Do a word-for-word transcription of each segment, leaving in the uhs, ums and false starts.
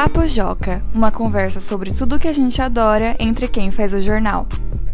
Papo Joca, uma conversa sobre tudo que a gente adora entre quem faz o jornal.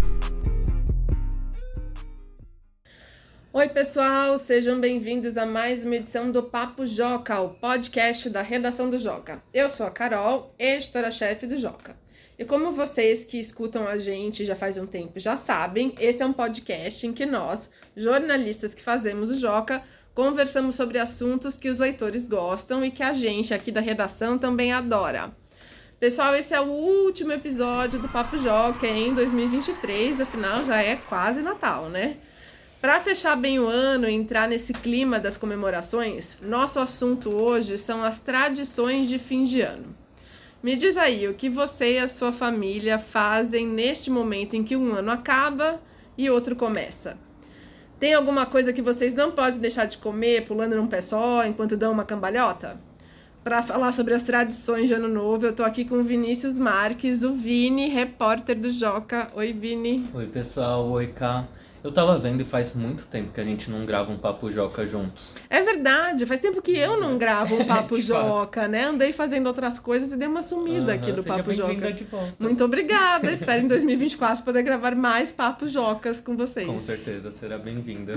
Oi pessoal, sejam bem-vindos a mais uma edição do Papo Joca, o podcast da redação do Joca. Eu sou a Carol, editora-chefe do Joca. E como vocês que escutam a gente já faz um tempo já sabem, esse é um podcast em que nós, jornalistas que fazemos o Joca, conversamos sobre assuntos que os leitores gostam e que a gente aqui da redação também adora. Pessoal, esse é o último episódio do Papo Joca em dois mil e vinte e três, afinal já é quase Natal, né? Para fechar bem o ano e entrar nesse clima das comemorações, nosso assunto hoje são as tradições de fim de ano. Me diz aí, o que você e a sua família fazem neste momento em que um ano acaba e outro começa? Tem alguma coisa que vocês não podem deixar de comer pulando num pé só enquanto dão uma cambalhota? Para falar sobre as tradições de Ano Novo, eu tô aqui com o Vinícius Marques, o Vini, repórter do Joca. Oi, Vini. Oi, pessoal. Oi, Cá. Eu tava vendo e faz muito tempo que a gente não grava um Papo Joca juntos. É verdade, faz tempo que eu não gravo um Papo De Joca, né? Andei fazendo outras coisas e dei uma sumida Aham, aqui do seja Papo Joca. bem-vinda de volta. Muito obrigada, espero em dois mil e vinte e quatro poder gravar mais Papo Jocas com vocês. Com certeza, será bem-vinda.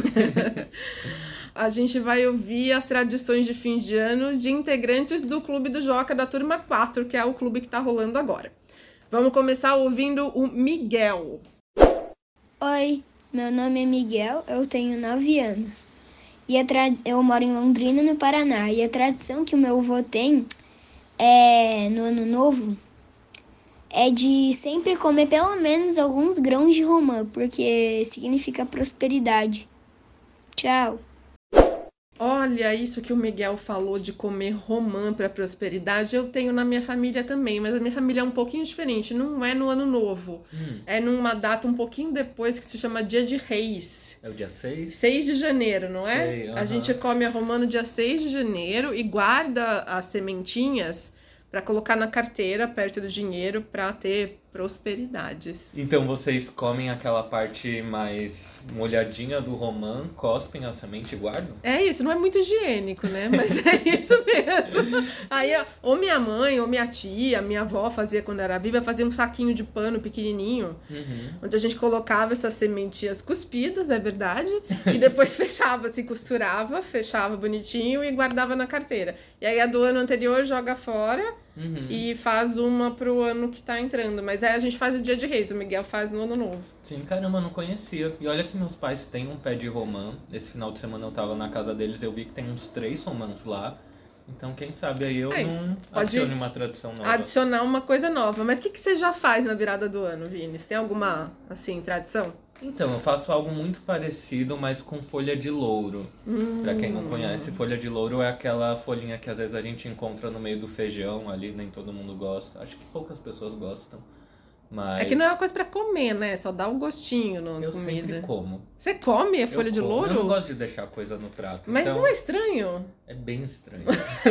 A gente vai ouvir as tradições de fim de ano de integrantes do Clube do Joca da Turma quatro, que é o clube que tá rolando agora. Vamos começar ouvindo o Miguel. Oi, meu nome é Miguel, eu tenho nove anos. E a tra... eu moro em Londrina, no Paraná. E a tradição que o meu avô tem é, no Ano Novo é de sempre comer pelo menos alguns grãos de romã, porque significa prosperidade. Tchau. Olha, isso que o Miguel falou de comer romã para prosperidade, eu tenho na minha família também, mas a minha família é um pouquinho diferente, não é no Ano Novo, Hum. é numa data um pouquinho depois que se chama Dia de Reis. É o dia seis? seis de janeiro, não é? Sei, A aham. gente come a romã no dia seis de janeiro e guarda as sementinhas para colocar na carteira perto do dinheiro para ter prosperidades. Então vocês comem aquela parte mais molhadinha do romã, cospem a semente e guardam? É isso, não é muito higiênico, né? Mas é isso mesmo. Aí, ó, ou minha mãe, ou minha tia, minha avó fazia quando era viva, fazia um saquinho de pano pequenininho, Uhum. onde a gente colocava essas sementinhas cuspidas, é verdade, e depois fechava, se costurava, fechava bonitinho e guardava na carteira. E aí a do ano anterior joga fora Uhum. e faz uma pro ano que tá entrando. Mas aí a gente faz o Dia de Reis, o Miguel faz no Ano Novo. Sim, caramba, eu não conhecia. E olha que meus pais têm um pé de romã. Esse final de semana eu tava na casa deles, eu vi que tem uns três romãs lá. Então, quem sabe aí eu Aí, não pode adicione uma tradição nova. Adicionar uma coisa nova. Mas o que, que você já faz na virada do ano, Vini? Você tem alguma, assim, tradição? Então, eu faço algo muito parecido, mas com folha de louro. Hum. Pra quem não conhece, folha de louro é aquela folhinha que às vezes a gente encontra no meio do feijão ali, nem todo mundo gosta. Acho que poucas pessoas gostam. Mas É que não é uma coisa pra comer, né? Só dá um gostinho na eu comida. sempre como. Você come a folha Eu de como. louro? Eu não gosto de deixar coisa no prato. Mas então não é estranho? é bem estranho.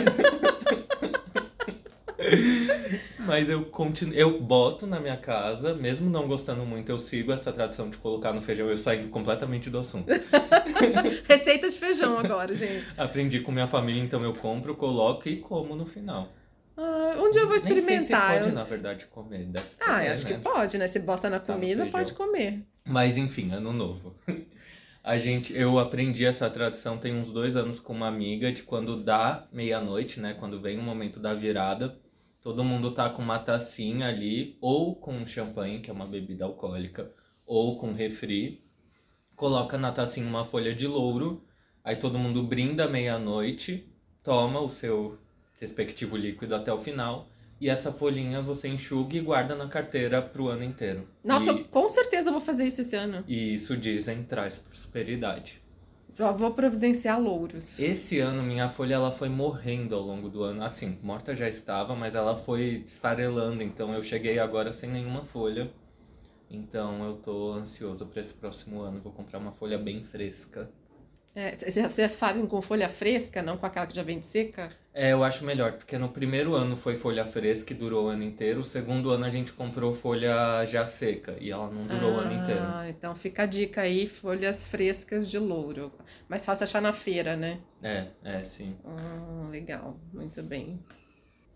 Mas eu continuo, eu boto na minha casa, mesmo não gostando muito, eu sigo essa tradição de colocar no feijão, eu saí completamente do assunto. Receita de feijão agora, gente. Aprendi com minha família, então eu compro, coloco e como no final. Ah, um dia eu vou Nem sei se experimentar. pode, Eu- na verdade, comer. Deve Ah, poder, eu acho né? que pode, né? Se bota na Tá no comida, feijão. pode comer. Mas enfim, ano novo. A gente, eu aprendi essa tradição tem uns dois anos com uma amiga de quando dá meia-noite, né? Quando vem o momento da virada, todo mundo tá com uma tacinha ali, ou com champanhe, que é uma bebida alcoólica, ou com refri. Coloca na tacinha uma folha de louro, aí todo mundo brinda à meia-noite, toma o seu respectivo líquido até o final, e essa folhinha você enxuga e guarda na carteira pro ano inteiro. Nossa, E- eu com certeza vou fazer isso esse ano. E isso dizem traz prosperidade. Já vou providenciar louros. Esse ano minha folha ela foi morrendo ao longo do ano. Assim, morta já estava, mas ela foi esfarelando. Então eu cheguei agora sem nenhuma folha. Então eu tô ansioso para esse próximo ano. Vou comprar uma folha bem fresca. É, vocês fazem com folha fresca, não com aquela que já vem de seca? É, eu acho melhor, porque no primeiro ano foi folha fresca e durou o ano inteiro. O segundo ano a gente comprou folha já seca e ela não durou o ano inteiro. Ah, então fica a dica aí, folhas frescas de louro. Mais fácil achar na feira, né? É, é, sim. Ah, legal, muito bem.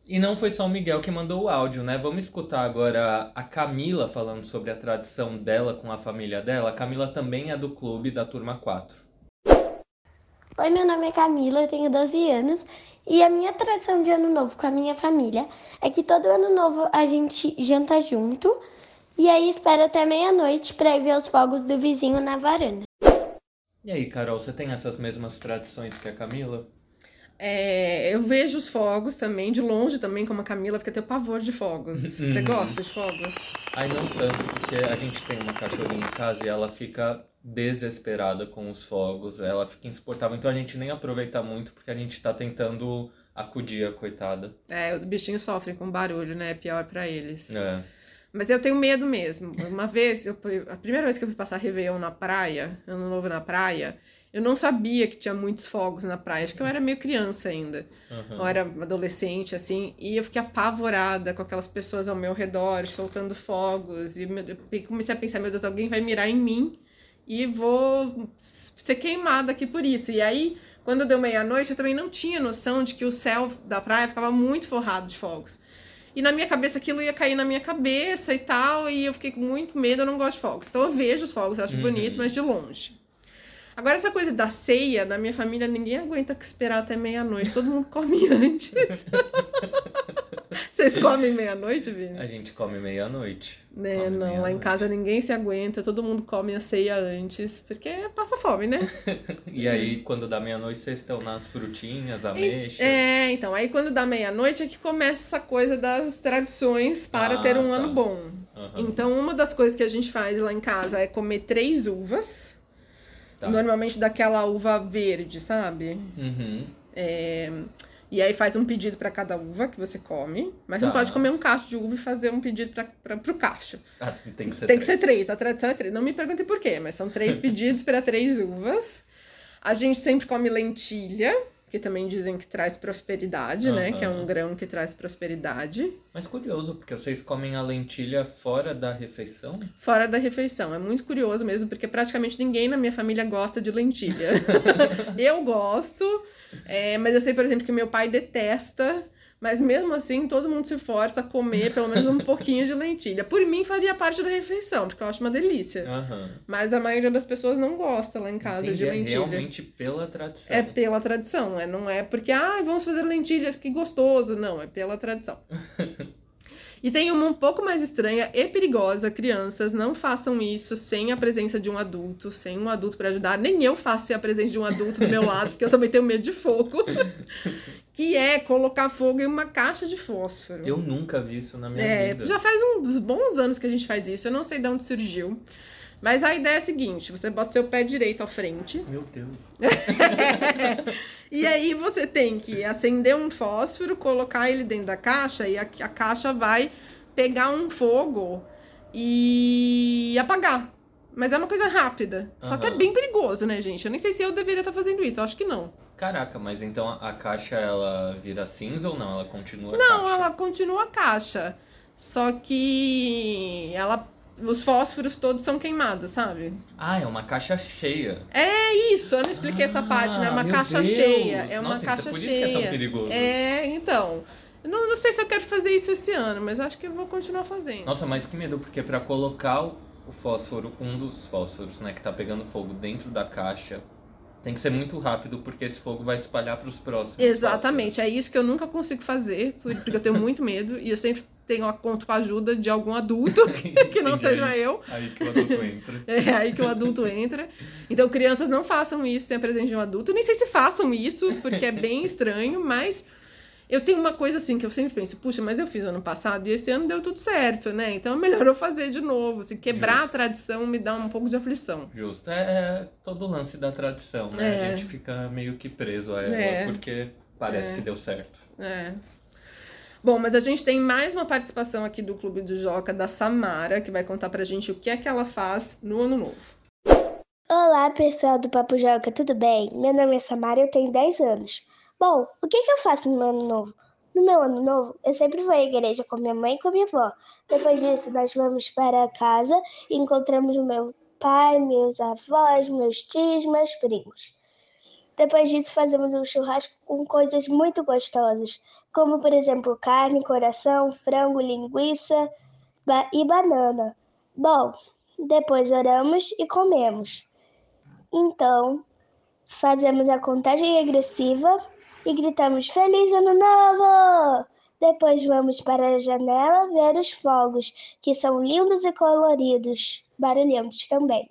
E não foi só o Miguel que mandou o áudio, né? Vamos escutar agora a Camila falando sobre a tradição dela com a família dela. A Camila também é do clube da Turma quatro. Oi, meu nome é Camila, eu tenho doze anos e a minha tradição de ano novo com a minha família é que todo ano novo a gente janta junto e aí espera até meia-noite para ir ver os fogos do vizinho na varanda. E aí, Carol, você tem essas mesmas tradições que a Camila? É, eu vejo os fogos também, de longe também, como a Camila, porque eu tenho pavor de fogos. Você gosta de fogos? Ai, não tanto, porque a gente tem uma cachorrinha em casa e ela fica desesperada com os fogos, ela fica insuportável. Então a gente nem aproveita muito, porque a gente tá tentando acudir a coitada. É, os bichinhos sofrem com barulho, né? É pior pra eles. É. Mas eu tenho medo mesmo. Uma vez, eu, a primeira vez que eu fui passar Réveillon na praia, Ano Novo na praia, eu não sabia que tinha muitos fogos na praia. Acho que eu era meio criança ainda. Uhum. Eu era adolescente, assim. E eu fiquei apavorada com aquelas pessoas ao meu redor, soltando fogos. E eu comecei a pensar, meu Deus, alguém vai mirar em mim e vou ser queimada aqui por isso. E aí, quando deu meia-noite, eu também não tinha noção de que o céu da praia ficava muito forrado de fogos. E na minha cabeça aquilo ia cair na minha cabeça e tal, e eu fiquei com muito medo, eu não gosto de fogos. Então eu vejo os fogos, eu acho uhum. bonitos, mas de longe. Agora, essa coisa da ceia, na minha família, ninguém aguenta esperar até meia-noite. Todo mundo come antes. Vocês comem meia-noite, Vini? A gente come meia-noite. É, não, meia lá em casa ninguém se aguenta, todo mundo come a ceia antes, porque passa fome, né? E aí, quando dá meia-noite, vocês estão nas frutinhas, ameixas? É, então, aí quando dá meia-noite é que começa essa coisa das tradições para ah, ter um tá. ano bom. Uhum. Então, uma das coisas que a gente faz lá em casa é comer três uvas. Tá. Normalmente daquela uva verde, sabe? Uhum. É, e aí faz um pedido para cada uva que você come. Mas tá. não pode comer um cacho de uva e fazer um pedido para pro cacho. Ah, tem que ser tem três. que ser três. A tradição é três. Não me perguntem por quê, mas são três pedidos para três uvas. A gente sempre come lentilha, que também dizem que traz prosperidade, uhum. né? Que é um grão que traz prosperidade. Mas curioso, porque vocês comem a lentilha fora da refeição? Fora da refeição. É muito curioso mesmo, porque praticamente ninguém na minha família gosta de lentilha. Eu gosto, é, mas eu sei, por exemplo, que meu pai detesta. Mas mesmo assim, todo mundo se força a comer pelo menos um pouquinho de lentilha. Por mim, faria parte da refeição, porque eu acho uma delícia. Uhum. Mas a maioria das pessoas não gosta lá em casa Entendi, de lentilha. É realmente pela tradição. É pela tradição, é, não é porque, ah, vamos fazer lentilhas, que gostoso. Não, é pela tradição. E tem uma um pouco mais estranha e perigosa. Crianças, não façam isso sem a presença de um adulto, sem um adulto para ajudar. Nem eu faço sem a presença de um adulto do meu lado, porque eu também tenho medo de fogo. Que é colocar fogo em uma caixa de fósforo. Eu nunca vi isso na minha é, vida. Já faz uns bons anos que a gente faz isso, eu não sei de onde surgiu. Mas a ideia é a seguinte, você bota seu pé direito à frente. Meu Deus. E aí você tem que acender um fósforo, colocar ele dentro da caixa e a, a caixa vai pegar um fogo e apagar. Mas é uma coisa rápida. Uhum. Só que é bem perigoso, né, gente? Eu nem sei se eu deveria estar fazendo isso, eu acho que não. Caraca, mas então a caixa, ela vira cinza ou não? Ela continua a não, caixa? Ela continua a caixa. Só que ela... Os fósforos todos são queimados, sabe? Ah, é uma caixa cheia. É isso, eu não expliquei ah, essa parte, né? É uma caixa Deus. cheia. É Nossa, uma caixa então por cheia. Isso que é tão perigoso. É, então. Não, não sei se eu quero fazer isso esse ano, mas acho que eu vou continuar fazendo. Nossa, mas que medo, porque pra colocar o fósforo, um dos fósforos, né, que tá pegando fogo dentro da caixa, tem que ser muito rápido, porque esse fogo vai espalhar pros próximos. Exatamente, fósforos. É isso que eu nunca consigo fazer, porque eu tenho muito medo e eu sempre tenho a conto com a ajuda de algum adulto, que não seja aí, eu. Aí que o adulto entra. É aí que o adulto entra. Então, crianças, não façam isso sem a presença de um adulto. Nem sei se façam isso, porque é bem estranho, mas eu tenho uma coisa assim, que eu sempre penso, puxa, mas eu fiz ano passado e esse ano deu tudo certo, né? Então é melhor eu fazer de novo. Assim, quebrar Justo. A tradição me dá um pouco de aflição. Justo. É, é todo o lance da tradição, né? É. A gente fica meio que preso a ela, é. porque parece é. que deu certo. É. Bom, mas a gente tem mais uma participação aqui do Clube do Joca, da Samara, que vai contar pra gente o que é que ela faz no Ano Novo. Olá, pessoal do Papo Joca, tudo bem? Meu nome é Samara e eu tenho dez anos. Bom, o que, que eu faço no meu Ano Novo? No meu Ano Novo, eu sempre vou à igreja com minha mãe e com minha avó. Depois disso, nós vamos para casa e encontramos o meu pai, meus avós, meus tios, meus primos. Depois disso, fazemos um churrasco com coisas muito gostosas, como, por exemplo, carne, coração, frango, linguiça ba- e banana. Bom, depois oramos e comemos. Então, fazemos a contagem regressiva e gritamos Feliz Ano Novo! Depois vamos para a janela ver os fogos, que são lindos e coloridos, barulhentos também.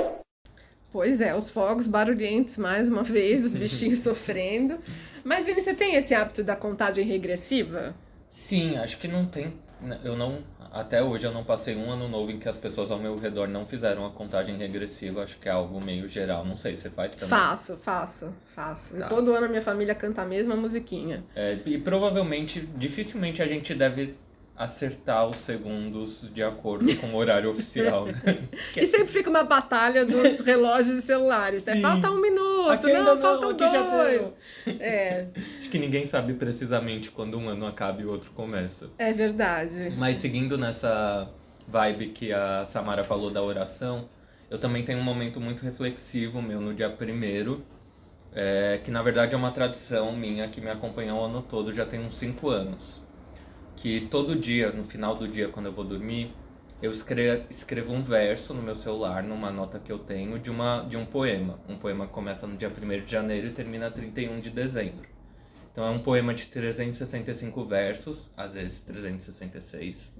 Pois é, os fogos barulhentos mais uma vez, os bichinhos sofrendo. Mas, Vini, você tem esse hábito da contagem regressiva? Sim, acho que não tem. Eu não. Até hoje eu não passei um ano novo em que as pessoas ao meu redor não fizeram a contagem regressiva. Acho que é algo meio geral. Não sei, você faz também? Faço, faço, faço. Tá. E todo ano a minha família canta a mesma musiquinha. É, e provavelmente, dificilmente a gente deve acertar os segundos de acordo com o horário oficial, né? E sempre fica uma batalha dos relógios e celulares, né? Sim. Falta um minuto, Aqui não, ainda não, faltam aqui já dois. deu. É, Acho que ninguém sabe precisamente quando um ano acaba e o outro começa. é verdade. Mas seguindo nessa vibe que a Samara falou da oração, eu também tenho um momento muito reflexivo meu no dia primeiro, é, que na verdade é uma tradição minha que me acompanha o ano todo, já tem uns cinco anos. Que todo dia, no final do dia, quando eu vou dormir, eu escrevo, escrevo um verso no meu celular, numa nota que eu tenho, de, uma, de um poema. Um poema que começa no dia primeiro de janeiro e termina trinta e um de dezembro. Então é um poema de trezentos e sessenta e cinco versos, às vezes trezentos e sessenta e seis.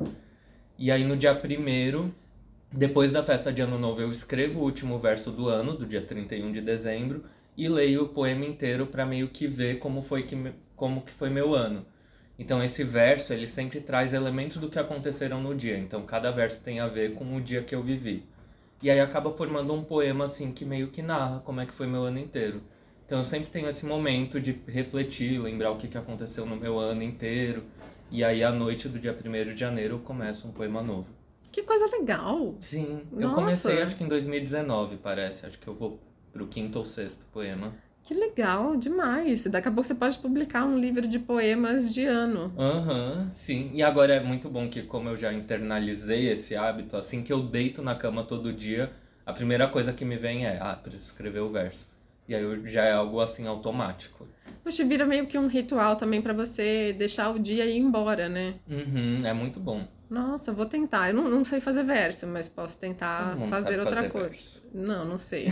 E aí no dia primeiro, depois da festa de Ano Novo, eu escrevo o último verso do ano, do dia trinta e um de dezembro, e leio o poema inteiro para meio que ver como foi, que, como que foi meu ano. Então esse verso, ele sempre traz elementos do que aconteceram no dia. Então cada verso tem a ver com o dia que eu vivi. E aí acaba formando um poema assim que meio que narra como é que foi meu ano inteiro. Então eu sempre tenho esse momento de refletir, lembrar o que, que aconteceu no meu ano inteiro. E aí à noite do dia primeiro de janeiro eu começo um poema novo. Que coisa legal. Sim, Nossa. eu comecei acho que em dois mil e dezenove, parece. Acho que eu vou pro quinto ou sexto poema. Que legal, demais. Daqui a pouco você pode publicar um livro de poemas de ano. Aham, uhum, sim. E agora é muito bom que, como eu já internalizei esse hábito, assim que eu deito na cama todo dia, a primeira coisa que me vem é, ah, preciso escrever o verso. E aí eu, já é algo assim automático. Poxa, vira meio que um ritual também pra você deixar o dia e ir embora, né? Uhum, é muito bom. Nossa, vou tentar. Eu não, não sei fazer verso, mas posso tentar Todo mundo fazer sabe outra fazer coisa. verso. Não, não sei.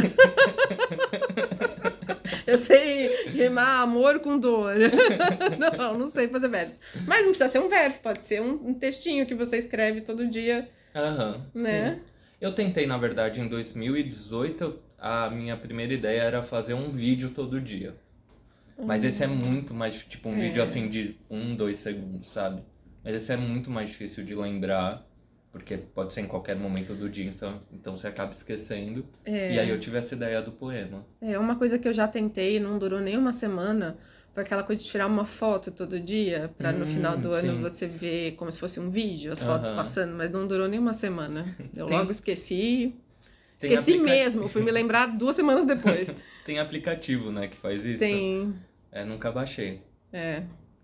Eu sei rimar amor com dor. Não, não sei fazer verso. Mas não precisa ser um verso, pode ser um, um textinho que você escreve todo dia. Aham, uhum, né? Sim. Eu tentei, na verdade, em dois mil e dezoito, a minha primeira ideia era fazer um vídeo todo dia. Mas esse é muito mais, tipo, um é. vídeo assim de um, dois segundos, sabe? Mas esse é muito mais difícil de lembrar, porque pode ser em qualquer momento do dia, então, então você acaba esquecendo. É. E aí eu tive essa ideia do poema. É, uma coisa que eu já tentei e não durou nem uma semana foi aquela coisa de tirar uma foto todo dia, pra hum, no final do ano sim. você ver como se fosse um vídeo, as fotos uh-huh. passando, mas não durou nem uma semana. Eu Tem... logo esqueci. Tem esqueci aplica... mesmo, fui me lembrar duas semanas depois. Tem aplicativo, né, que faz isso? Tem. É, nunca baixei. É.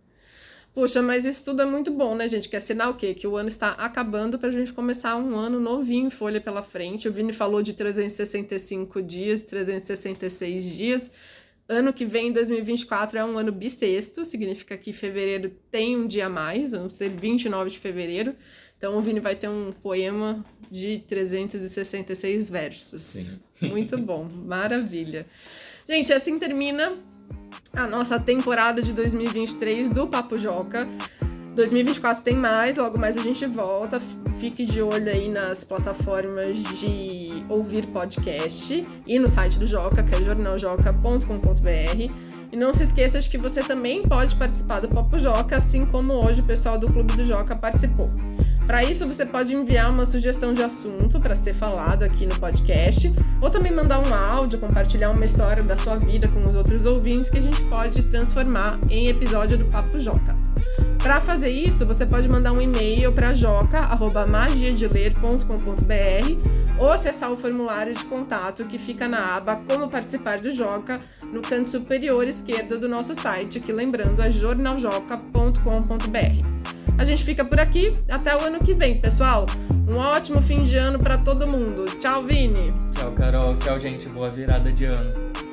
Puxa, mas isso tudo é muito bom, né, gente? Que é sinal o quê? Que o ano está acabando pra gente começar um ano novinho em folha pela frente. O Vini falou de trezentos e sessenta e cinco dias, trezentos e sessenta e seis dias. Ano que vem, dois mil e vinte e quatro, é um ano bissexto, significa que fevereiro tem um dia a mais, vamos ser vinte e nove de fevereiro. Então o Vini vai ter um poema de trezentos e sessenta e seis versos. Sim. Muito bom, maravilha. Gente, assim termina a nossa temporada de dois mil e vinte e três do Papo Joca. dois mil e vinte e quatro tem mais, logo mais a gente volta. Fique de olho aí nas plataformas de ouvir podcast e no site do Joca, que é jornal joca ponto com ponto b r. E não se esqueça de que você também pode participar do Papo Joca, assim como hoje o pessoal do Clube do Joca participou. Para isso, você pode enviar uma sugestão de assunto para ser falado aqui no podcast, ou também mandar um áudio, compartilhar uma história da sua vida com os outros ouvintes que a gente pode transformar em episódio do Papo Joca. Para fazer isso, você pode mandar um e-mail para joca arroba magia de ler ponto com ponto b r ou acessar o formulário de contato que fica na aba Como Participar do Joca, no canto superior esquerdo do nosso site, que lembrando é jornal joca ponto com ponto b r. A gente fica por aqui, até o ano que vem, pessoal. Um ótimo fim de ano para todo mundo. Tchau, Vini. Tchau, Carol. Tchau, gente. Boa virada de ano.